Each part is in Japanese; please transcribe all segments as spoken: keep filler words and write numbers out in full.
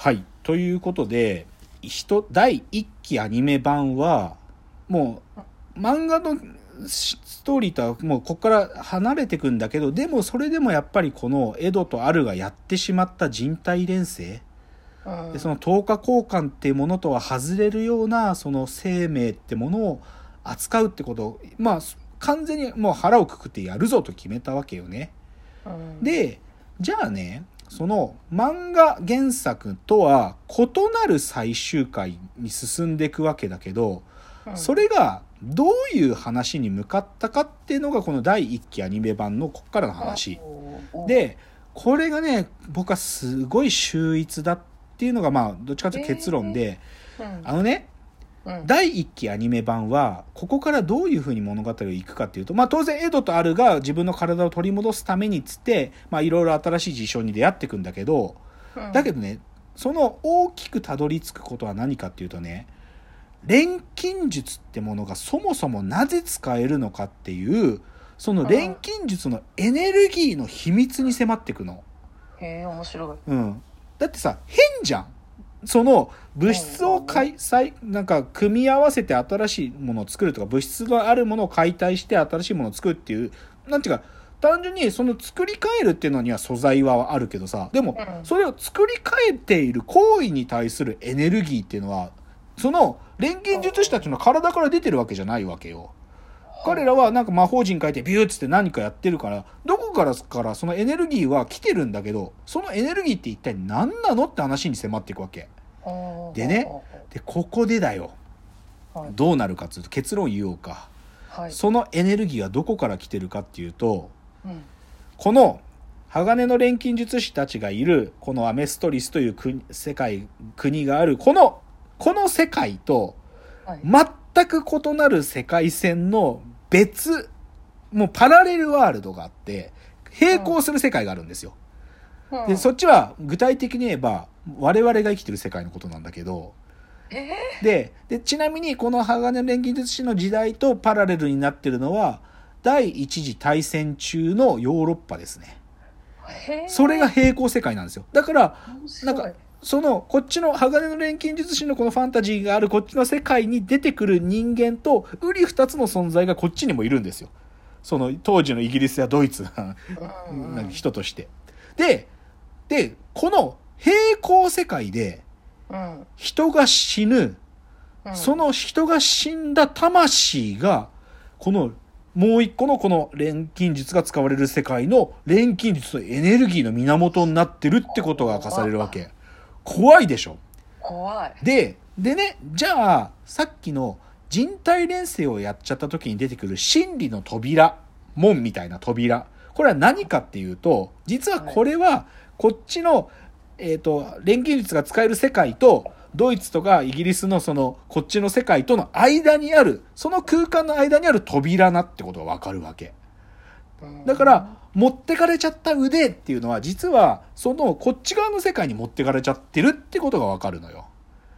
はい。ということで、人だいいっきアニメ版は、もう、漫画のストーリーとはもうここから離れてくんだけど、でもそれでもやっぱりこのエドとアルがやってしまった人体錬成、うん、でその等価交換っていうものとは外れるようなその生命ってものを扱うってことを、まあ完全にもう腹をくくってやるぞと決めたわけよね。うん、で、じゃあね、その漫画原作とは異なる最終回に進んでいくわけだけど、うん、それがどういう話に向かったかっていうのがこのだいいっきアニメ版のこっからの話で、これがね僕はすごい秀逸だっていうのがまあどっちかというと結論で、えーうん、あのね、うん、だいいっきアニメ版はここからどういう風に物語をいくかっていうと、まあ当然エドとアルが自分の体を取り戻すためにつってまあいろいろ新しい事象に出会っていくんだけど、うん、だけどねその大きくたどり着くことは何かっていうとね、錬金術ってものがそもそもなぜ使えるのかっていうその錬金術のエネルギーの秘密に迫っていくの。 へえ、面白い。 うん。だってさ、変じゃん。その物質を解体、なんか組み合わせて新しいものを作るとか、物質のあるものを解体して新しいものを作るっていう、なんていうか単純にその作り変えるっていうのには素材はあるけどさ、でもそれを作り変えている行為に対するエネルギーっていうのはその錬金術師たちの体から出てるわけじゃないわけよ。彼らはなんか魔法陣書いてビューッつって何かやってるから、どこからからそのエネルギーは来てるんだけど、そのエネルギーって一体何なのって話に迫っていくわけでね。でここでだよ、どうなるかっていうと結論言おうか、はい、そのエネルギーはどこから来てるかっていうと、うん、この鋼の錬金術師たちがいるこのアメストリスという国世界国があるこのこの世界と全く異なる世界線の別、もうパラレルワールドがあって並行する世界があるんですよ。でそっちは具体的に言えば我々が生きてる世界のことなんだけど、ででちなみにこの鋼の錬金術師の時代とパラレルになってるのは第一次大戦中のヨーロッパですね。それが並行世界なんですよ。だからなんかそのこっちの鋼の錬金術師のこのファンタジーがあるこっちの世界に出てくる人間と瓜二つの存在がこっちにもいるんですよ。その当時のイギリスやドイツの人として。で、でこの平行世界で人が死ぬ、その人が死んだ魂がこのもう一個のこの錬金術が使われる世界の錬金術のエネルギーの源になってるってことが明かされるわけ。怖いでしょ。 怖い。 で、でね、じゃあさっきの人体錬成をやっちゃった時に出てくる真理の扉、門みたいな扉。これは何かっていうと、実はこれはこっちの、えっと、錬金術が使える世界とドイツとかイギリスのそのこっちの世界との間にある、その空間の間にある扉なってことがわかるわけ。だから持ってかれちゃった腕っていうのは実はそのこっち側の世界に持ってかれちゃってるってことがわかるのよ。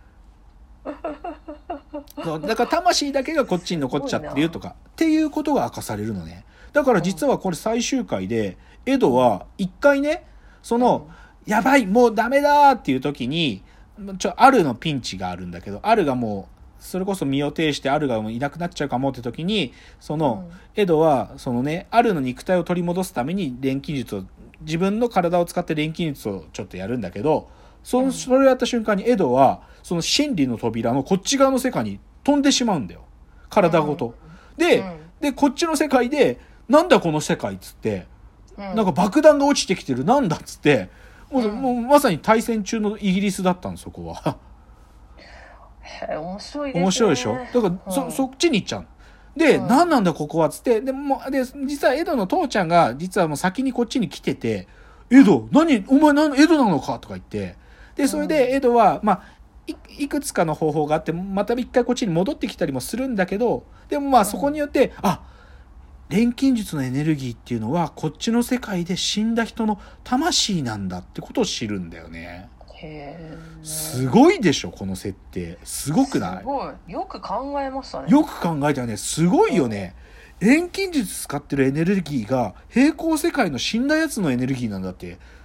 だから魂だけがこっちに残っちゃってるとかっていうことが明かされるのね。だから実はこれ最終回でエドは一回ね、そのやばいもうダメだっていう時にちょアルのピンチがあるんだけど、アルがもうそれこそ身を挺してアルがもういなくなっちゃうかもって時に、そのエドはそのねアルの肉体を取り戻すために錬金術を自分の体を使って錬金術をちょっとやるんだけど、そのそれをやった瞬間にエドはその真理の扉のこっち側の世界に飛んでしまうんだよ、体ごと。で、でこっちの世界でなんだこの世界っつってなんか爆弾が落ちてきてるなんだっつってもう、もうまさに大戦中のイギリスだったんですそこは。 へ面白いですね。 面白いでしょ。だからそ、うん、そっちに行っちゃう。で、うん、何なんだここはっつって、でもで実はエドの父ちゃんが実はもう先にこっちに来てて、エド何お前何エドなのかとか言って、でそれでエドはまあ い, いくつかの方法があってまた一回こっちに戻ってきたりもするんだけど、でもまあそこによって、うん、あ錬金術のエネルギーっていうのはこっちの世界で死んだ人の魂なんだってことを知るんだよね。 へすごいでしょこの設定。すごくない？ すごいよく考えましたね。 よく考えたよね。すごいよね。錬金術使ってるエネルギーが平行世界の死んだやつのエネルギーなんだって。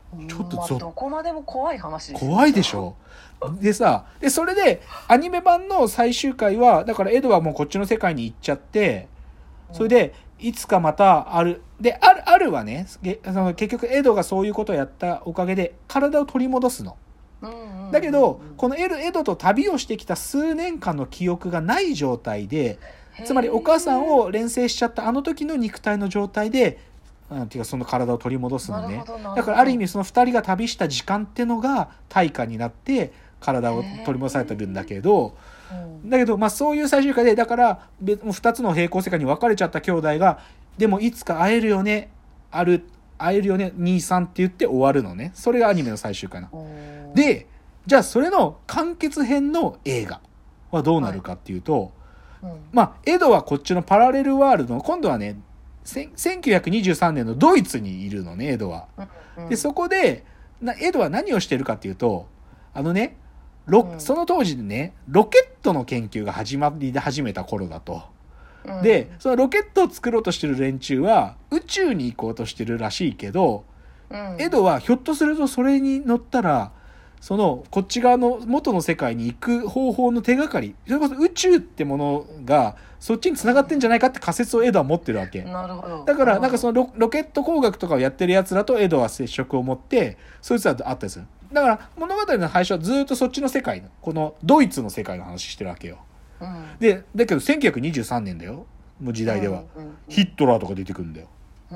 ちょっとまあ、 ぞどこまでも怖い話ですね。 怖いでしょ。でさ、でそれでアニメ版の最終回はだからエドはもうこっちの世界に行っちゃって、それでいつかまたあるであるあるはね、その結局エドがそういうことをやったおかげで体を取り戻すの。 うんうん、 だけどこのエルエドと旅をしてきた数年間の記憶がない状態で、つまりお母さんを錬成しちゃったあの時の肉体の状態で、なんていうかその体を取り戻すのね。だからある意味そのふたりが旅した時間ってのが対価になって体を取り戻されてるんだけど、だけどまあそういう最終回で、だからふたつの平行世界に分かれちゃった兄弟がでもいつか会えるよね、ある会えるよね兄さんって言って終わるのね。それがアニメの最終回なので、じゃあそれの完結編の映画はどうなるかっていうと、はい、うん、まあエドはこっちのパラレルワールドの今度はねせんきゅうひゃくにじゅうさんねんのドイツにいるのね、エドは。でそこでなエドは何をしてるかっていうと、あのねロ、うん、その当時でねロケットの研究が始まり始めた頃だと。うん、でそのロケットを作ろうとしてる連中は宇宙に行こうとしてるらしいけど、うん、エドはひょっとするとそれに乗ったらそのこっち側の元の世界に行く方法の手がかり、それこそ宇宙ってものがそっちに繋がってんじゃないかって仮説をエドは持ってるわけ。 なるほど。 だからなんかその ロ, ロケット工学とかをやってるやつらとエドは接触を持ってそいつらと会ったりする。だから物語の最初はずっとそっちの世界のこのドイツの世界の話してるわけよ。うん、でだけどせんきゅうひゃくにじゅうさんねんだよ、もう時代では、うんうんうん、ヒットラーとか出てくるんだよ。うん、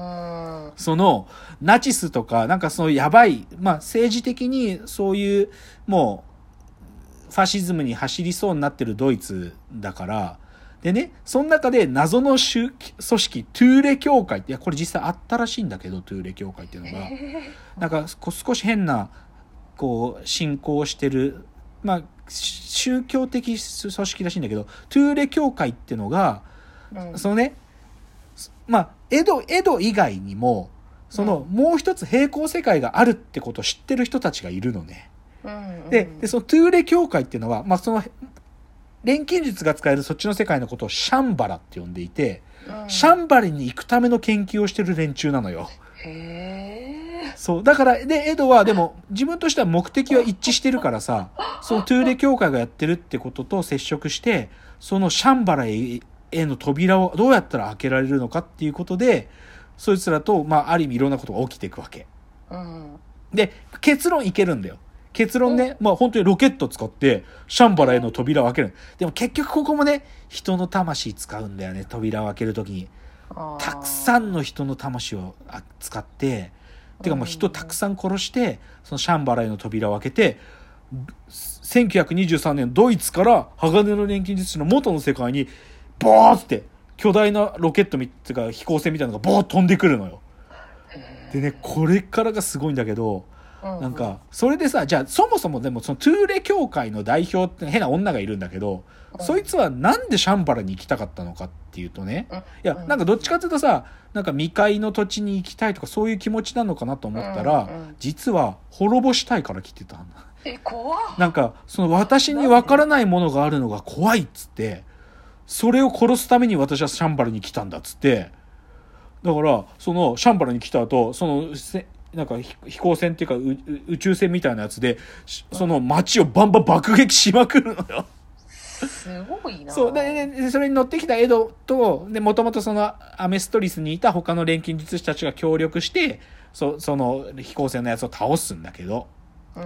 そのナチスとかなんかそのやばい、まあ政治的にそういうもうファシズムに走りそうになってるドイツだから、でねその中で謎の宗組織トゥーレ教会って、いやこれ実際あったらしいんだけど、トゥーレ教会っていうのがなんか少し変なこう信仰してる、まあ宗教的組織らしいんだけど、トゥーレ教会っていうのが、うん、そのねまあエドエド以外にもその、うん、もう一つ平行世界があるってことを知ってる人たちがいるのね。うんうん、で, でそのトゥーレ教会っていうのは、まあ、その錬金術が使えるそっちの世界のことをシャンバラって呼んでいて、うん、シャンバラに行くための研究をしてる連中なのよ。へー。そうだからでエドはでも自分としては目的は一致してるからさ、そのトゥーレ教会がやってるってことと接触してそのシャンバラへへの扉をどうやったら開けられるのかっていうことでそいつらと、まあ、ある意味いろんなことが起きていくわけ、うん、で結論いけるんだよ。結論ね、まあ本当にロケット使ってシャンバラへの扉を開ける。でも結局ここもね人の魂使うんだよね、扉を開けるときに。たくさんの人の魂を使っててかもう人たくさん殺してそのシャンバラへの扉を開けて、せんきゅうひゃくにじゅうさんねんドイツから鋼の錬金術師の元の世界にボーって巨大なロケットみっていうか飛行船みたいなのがボーッ飛んでくるのよ。でねこれからがすごいんだけど、なんかそれでさ、じゃあそもそもでもそのトゥーレ教会の代表って変な女がいるんだけど、そいつはなんでシャンバラに行きたかったのかっていうとね、いやなんかどっちかっていうとさ、なんか未開の土地に行きたいとかそういう気持ちなのかなと思ったら、実は滅ぼしたいから来てたんだ。 え怖っ。 なんかその私に分からないものがあるのが怖いっつって、それを殺すために私はシャンバラに来たんだっつって、だからそのシャンバラに来た後そのなんか飛行船っていうか宇宙船みたいなやつでその街をバンバン爆撃しまくるのよ。 すごいな。 そうで、でそれに乗ってきたエドとでもともとそのアメストリスにいた他の錬金術師たちが協力してそその飛行船のやつを倒すんだけど、うん、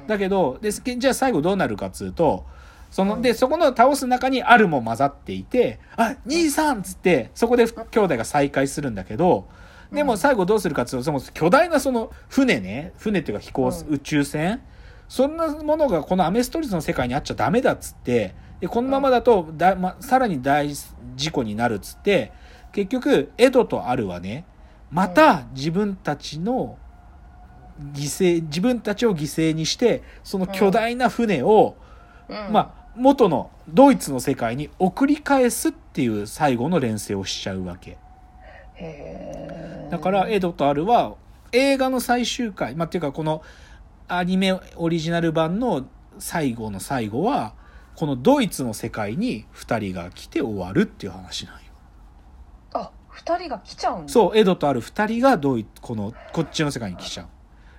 だけどでじゃあ最後どうなるかっつうと、そのでそこの倒す中にアルも混ざっていて、あ兄さんっつってそこで兄弟が再会するんだけど、でも最後どうするかっていうと、その巨大なその船ね、船っていうか飛行、宇宙船、そんなものがこのアメストリスの世界にあっちゃダメだっつって、でこのままだとだ、ま、さらに大事故になるっつって、結局エドとアルはね、また自分たちの犠牲、自分たちを犠牲にしてその巨大な船を、まあ元のドイツの世界に送り返すっていう最後の連成をしちゃうわけ。だからエドとアルは映画の最終回、まあ、っていうかこのアニメオリジナル版の最後の最後はこのドイツの世界にふたりが来て終わるっていう話なんよ。 あ、ふたりが来ちゃうんだ。 そう、エドとアルふたりがドイこのこっちの世界に来ちゃう。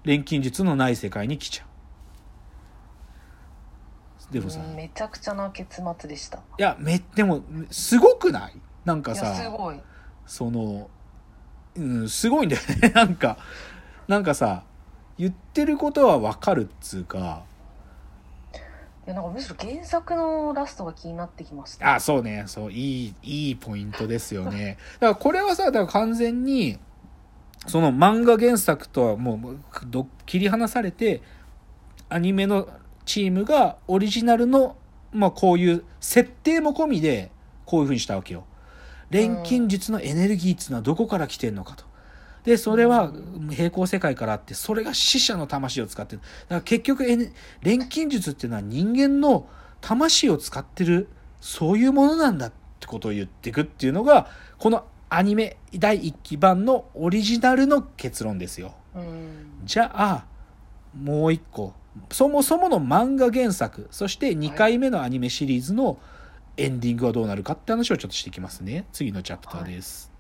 錬金術のない世界に来ちゃう。でもさ、 めちゃくちゃな結末でした。いやめでもすごくない？なんかさ、 すごい、 その、うん、すごいんだよねなんかなんかさ、言ってることは分かるっつうか、 いやなんかむしろ原作のラストが気になってきました。 あ、そうね、そういいいいポイントですよねだからこれはさ、だから完全にその漫画原作とはもうど切り離されて、アニメのチームがオリジナルの、まあ、こういう設定も込みでこういう風にしたわけよ。錬金術のエネルギーっていうのはどこから来てんのかと。でそれは平行世界からあって、それが死者の魂を使ってる。だから結局錬金術っていうのは人間の魂を使ってる、そういうものなんだってことを言っていくっていうのがこのアニメだいいっき版のオリジナルの結論ですよ。 うん、 じゃあもう一個、そもそもの漫画原作、そしてにかいめのアニメシリーズのエンディングはどうなるかって話をちょっとしていきますね。次のチャプターです。はい。